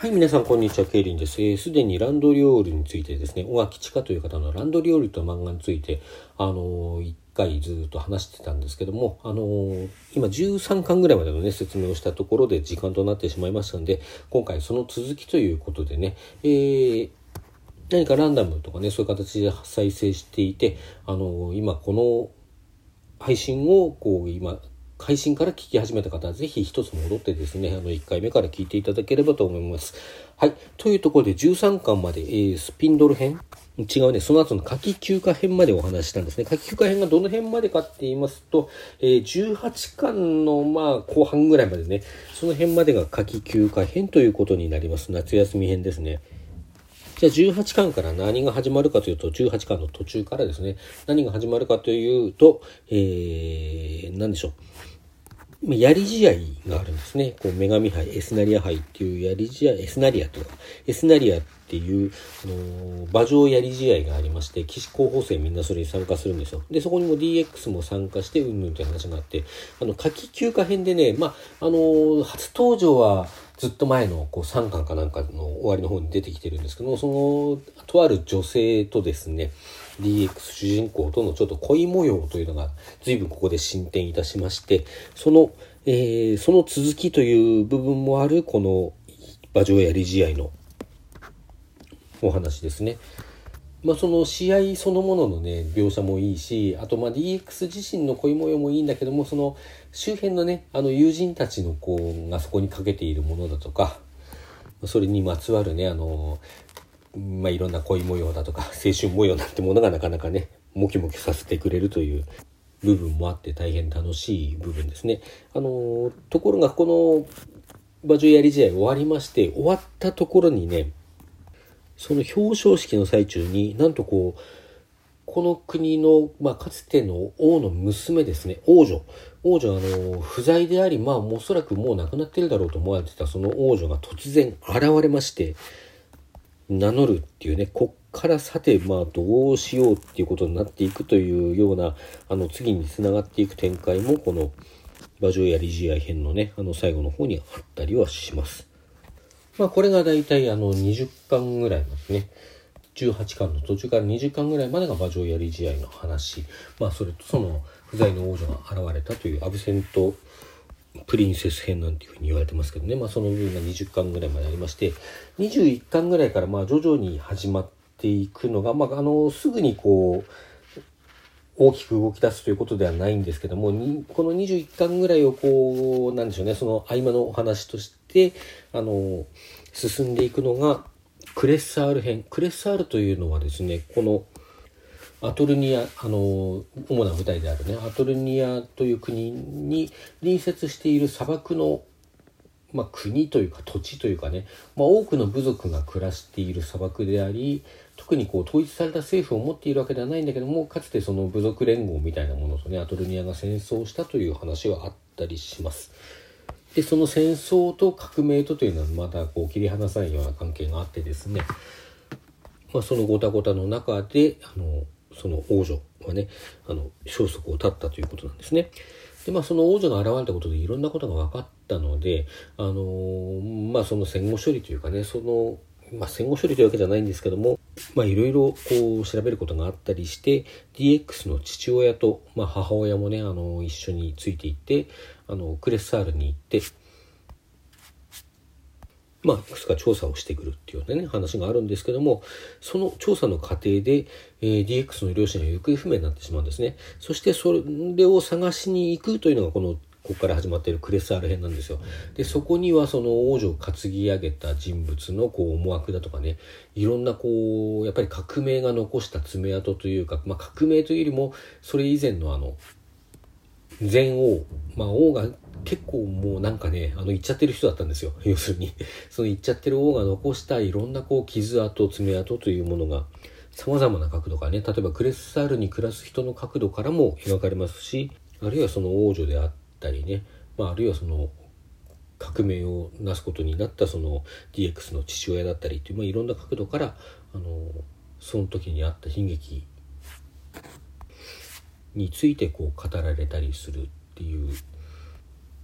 はい、皆さんこんにちは、ケイリンです。すでにランドリオールについてですね、小垣千佳という方のランドリオールという漫画について、1回ずっと話してたんですけども、今13巻ぐらいまでのね、説明をしたところで時間となってしまいましたので、今回その続きということでね、何かランダムとかね、そういう形で再生していて、今この配信を配信から聞き始めた方はぜひ一つ戻ってですね、1回目から聞いていただければと思います。はい。というところで13巻まで、スピンドル編違うね。その後の夏季休暇編までお話ししたんですね。夏季休暇編がどの辺までかって言いますと、18巻の後半ぐらいまでね、その辺までが夏季休暇編ということになります。夏休み編ですね。じゃあ18巻から何が始まるかというと、18巻の途中からですね、何が始まるかというと、何でしょう。やり試合があるんですね。女神杯、エスナリア杯っていうやり試合、エスナリアっていう馬上やり試合がありまして、騎士候補生みんなそれに参加するんですよ。で、そこにも DX も参加してうんぬんという話があって、夏季休暇編でね、初登場はずっと前の3巻かなんかの終わりの方に出てきてるんですけども、そのとある女性とですね、DX 主人公とのちょっと恋模様というのが随分ここで進展いたしまして、その続きという部分もあるこの馬上やり試合のお話ですね。その試合そのもののね描写もいいし、あとDX 自身の恋模様もいいんだけども、その周辺のね友人たちのがそこにかけているものだとか、それにまつわるねいろんな恋模様だとか青春模様なんてものがなかなかねモキモキさせてくれるという部分もあって大変楽しい部分ですね。ところがこの馬上やり試合終わりまして、終わったところにね、その表彰式の最中になんとこの国の、かつての王の娘ですね、王女不在であり、おそらくもう亡くなっているだろうと思われてたその王女が突然現れまして、名乗るっていうね、こっからさてどうしようっていうことになっていくというような次につながっていく展開もこの馬上やり試合編のね最後の方にあったりはします。これがだいたい20巻ぐらいまでね、18巻の途中から20巻ぐらいまでが馬上やり試合の話、それとその不在の王女が現れたというアブセントプリンセス編なんていうふうに言われてますけどね、その部分が20巻ぐらいまでありまして、21巻ぐらいから徐々に始まっていくのが、すぐに大きく動き出すということではないんですけども、この21巻ぐらいをなんでしょうね、その合間のお話として進んでいくのがクレッサール編。クレッサールというのはですね、このアトルニア、主な舞台であるね、アトルニアという国に隣接している砂漠の、国というか土地というかね、多くの部族が暮らしている砂漠であり、特に統一された政府を持っているわけではないんだけども、かつてその部族連合みたいなものとね、アトルニアが戦争したという話があったりします。で、その戦争と革命というのはまた切り離さないような関係があってですね、そのごたごたの中でその王女はね消息を絶ったということなんですね。でその王女が現れたことでいろんなことが分かったので、その戦後処理というかね、戦後処理というわけじゃないんですけども、いろいろ調べることがあったりして、 DX の父親と、母親もね一緒についていってクレッサールに行って、いくつか調査をしてくるっていうようなね話があるんですけども、その調査の過程で、DX の両親が行方不明になってしまうんですね。そしてそれを探しに行くというのがここから始まっているクレッサール編なんですよ。でそこにはその王女を担ぎ上げた人物の思惑だとかね、いろんなやっぱり革命が残した爪痕というか、革命というよりもそれ以前の前王、王が結構もうなんかね行っちゃってる人だったんですよ。要するにその行っちゃってる王が残したいろんな傷跡爪跡というものが様々な角度からね、例えばクレッサールに暮らす人の角度からも描かれますし、あるいはその王女であったりね、あるいはその革命をなすことになったその DX の父親だったりっていう、いろんな角度からその時にあった悲劇について語られたりするっていう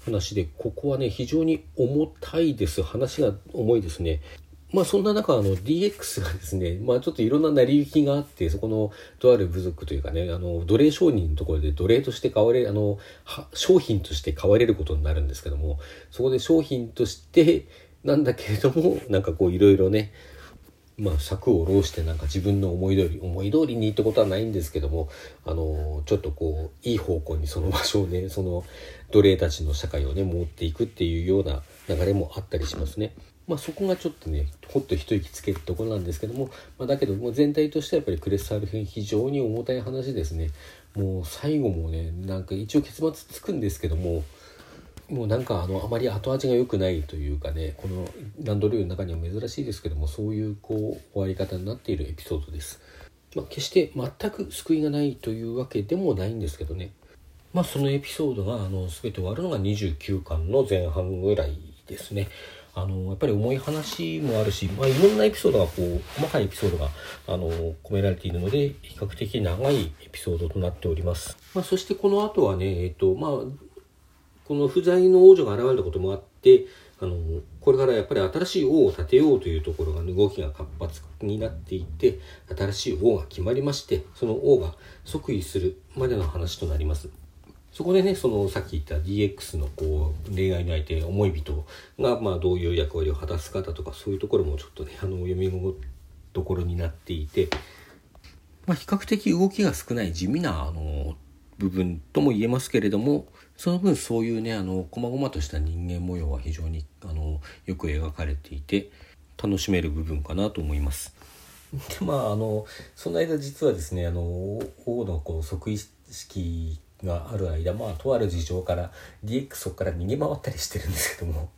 話で、ここはね非常に重たいです。話が重いですね。そんな中DX がですね、ちょっといろんな成り行きがあって、そこのとある部族というかね、奴隷商人のところで奴隷として買われ商品として買われることになるんですけども、そこで商品としてなんだけれども、いろいろね、策を弄して自分の思い通りにってことはないんですけども、ちょっといい方向にその場所をね、その奴隷たちの社会をね持っていくっていうような流れもあったりしますね。そこがちょっとねほっと一息つけるところなんですけども、だけどもう全体としてはやっぱりクレッサール編非常に重たい話ですね。もう最後もね一応結末つくんですけども、もうあまり後味が良くないというかね、このランドリューの中には珍しいですけども、そういう終わり方になっているエピソードです。決して全く救いがないというわけでもないんですけどね。そのエピソードが全て終わるのが29巻の前半ぐらいですね。やっぱり重い話もあるし、いろんなエピソードが細かいエピソードが込められているので、比較的長いエピソードとなっております。そしてこの後はね、この不在の王女が現れたこともあって、これからやっぱり新しい王を立てようというところが動きが活発になっていって、新しい王が決まりまして、その王が即位するまでの話となります。そこでね、さっき言った DX の恋愛の相手、思い人がどういう役割を果たすかだとか、そういうところもちょっとね読みどころになっていて、比較的動きが少ない地味な部分とも言えますけれども、その分そういうね細々とした人間模様は非常によく描かれていて楽しめる部分かなと思います。でその間実はですね王の即位式がある間、とある事情から DX そこから逃げ回ったりしてるんですけども、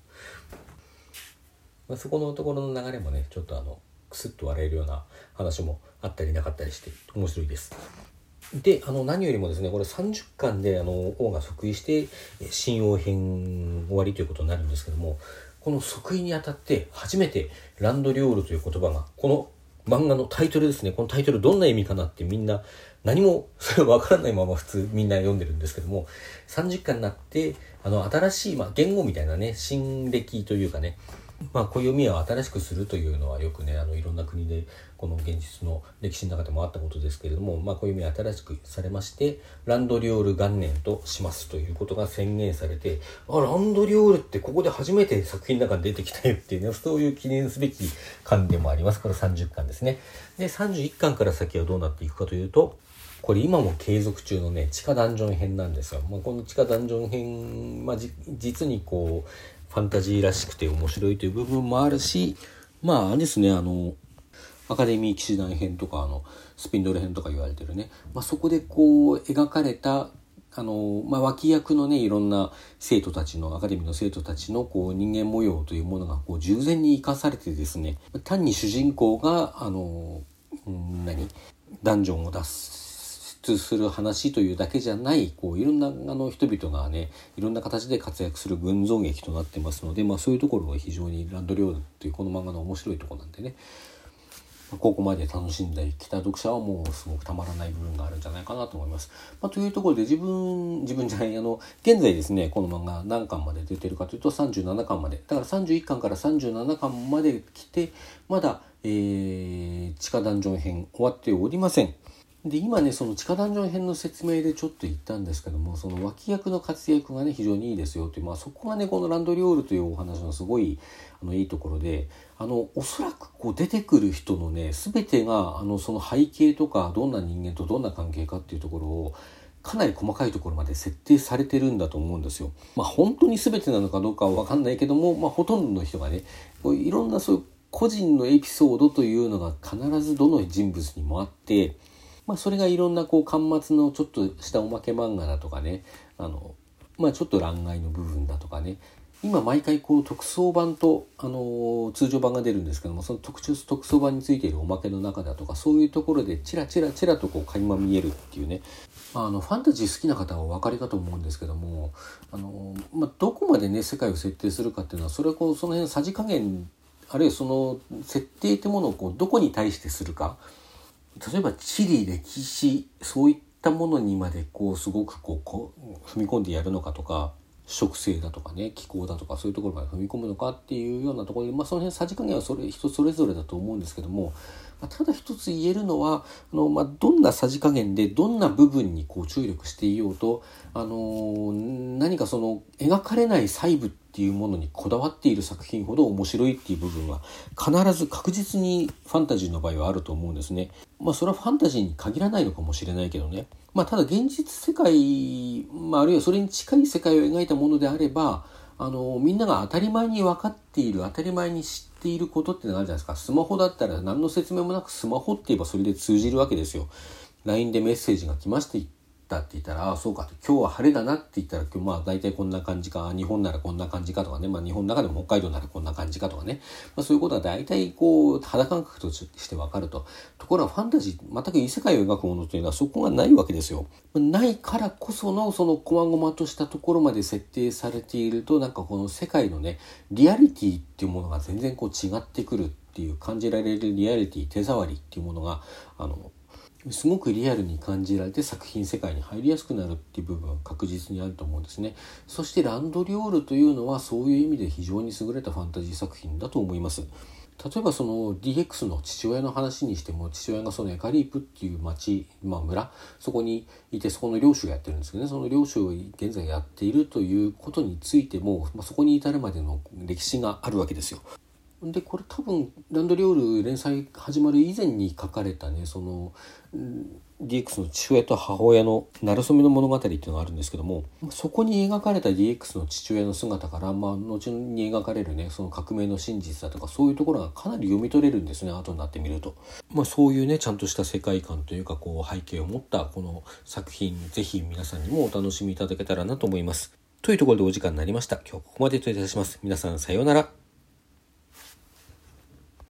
そこのところの流れもねちょっとクスッと笑えるような話もあったりなかったりして面白いです。で何よりもですね、これ30巻で王が即位して新王編終わりということになるんですけども、この即位にあたって初めてランドリョールという言葉がこの漫画のタイトルですね。このタイトルどんな意味かなってみんな何もそれわからないまま普通みんな読んでるんですけども、30巻になって新しい言語みたいなね、新暦というかね、暦を新しくするというのはよくねいろんな国でこの現実の歴史の中でもあったことですけれども、暦は新しくされましてランドリョール元年としますということが宣言されて、ランドリョールってここで初めて作品の中に出てきたよっていうね、そういう記念すべき巻でもあります。これ30巻ですね。で31巻から先はどうなっていくかというと、これ今も継続中のね地下ダンジョン編なんですよ。この地下ダンジョン編、実にファンタジーらしくて面白いという部分もあるし、あれですねアカデミー騎士団編とかスピンドル編とか言われてるね、そこで描かれた脇役のねいろんな生徒たちのアカデミーの生徒たちの人間模様というものが従前に生かされてですね、単に主人公がダンジョンを脱出する話というだけじゃないいろんな人々がねいろんな形で活躍する群像劇となってますので、そういうところが非常にランドリョールというこの漫画の面白いところなんでね、ここまで楽しんできた読者はもうすごくたまらない部分があるんじゃないかなと思います。というところで自分じゃない現在ですねこの漫画何巻まで出てるかというと37巻まで、だから31巻から37巻まで来てまだ、地下ダンジョン編終わっておりません。で今ねその地下ダンジョン編の説明でちょっと言ったんですけども、その脇役の活躍がね非常にいいですよという、そこがねこのランドリョールというお話のすごいいいところで、おそらく出てくる人のね全てがその背景とかどんな人間とどんな関係かっていうところをかなり細かいところまで設定されてるんだと思うんですよ。本当に全てなのかどうかは分かんないけども、ほとんどの人がねいろんなそういう個人のエピソードというのが必ずどの人物にもあって、それがいろんな巻末のちょっとしたおまけ漫画だとかね、ちょっと欄外の部分だとかね、今毎回特装版と、通常版が出るんですけども、その特装版についているおまけの中だとかそういうところでチラチラと垣間見えるっていうね、ファンタジー好きな方はお分かりかと思うんですけども、どこまでね世界を設定するかっていうのはそれその辺のさじ加減、あるいはその設定ってものをどこに対してするか、例えば地理歴史そういったものにまですごく踏み込んでやるのかとか、 植生だとかね、気候だとかそういうところまで踏み込むのかっていうようなところで、その辺さじ加減は人それぞれだと思うんですけども、ただ一つ言えるのはどんなさじ加減でどんな部分に注力していようと、何かその描かれない細部っていうものにこだわっている作品ほど面白いっていう部分は必ず確実にファンタジーの場合はあると思うんですね。それはファンタジーに限らないのかもしれないけどね。ただ現実世界、あるいはそれに近い世界を描いたものであれば、みんなが当たり前に分かっている、当たり前に知っていることってのがあるじゃないですか。スマホだったら何の説明もなくスマホって言えばそれで通じるわけですよ。LINE でメッセージが来ましてって言ったら、ああそうかと、今日は晴れだなって言ったら、今日大体こんな感じか、日本ならこんな感じかとかね、日本の中でも北海道ならこんな感じかとかね、そういうことは大体肌感覚として分かると。ところがファンタジー、全く異世界を描くものというのはそこがないわけですよ。ないからこそのその細々としたところまで設定されていると、この世界のねリアリティっていうものが全然違ってくるっていう、感じられるリアリティ、手触りっていうものがすごくリアルに感じられて作品世界に入りやすくなるっていう部分は確実にあると思うんですね。そしてランドリオールというのはそういう意味で非常に優れたファンタジー作品だと思います。例えばその DX の父親の話にしても、父親がそのエカリープっていう町、村、そこにいてそこの領主をやってるんですけどね、その領主を現在やっているということについても、そこに至るまでの歴史があるわけですよ。でこれ多分ランドリオール連載始まる以前に書かれたね、その DX の父親と母親の馴れ初めの物語っていうのがあるんですけども、そこに描かれた DX の父親の姿から、後に描かれるねその革命の真実だとか、そういうところがかなり読み取れるんですね、後になってみると。そういうねちゃんとした世界観というか背景を持ったこの作品、ぜひ皆さんにもお楽しみいただけたらなと思います。というところでお時間になりました。今日はここまでといたします。皆さんさようなら。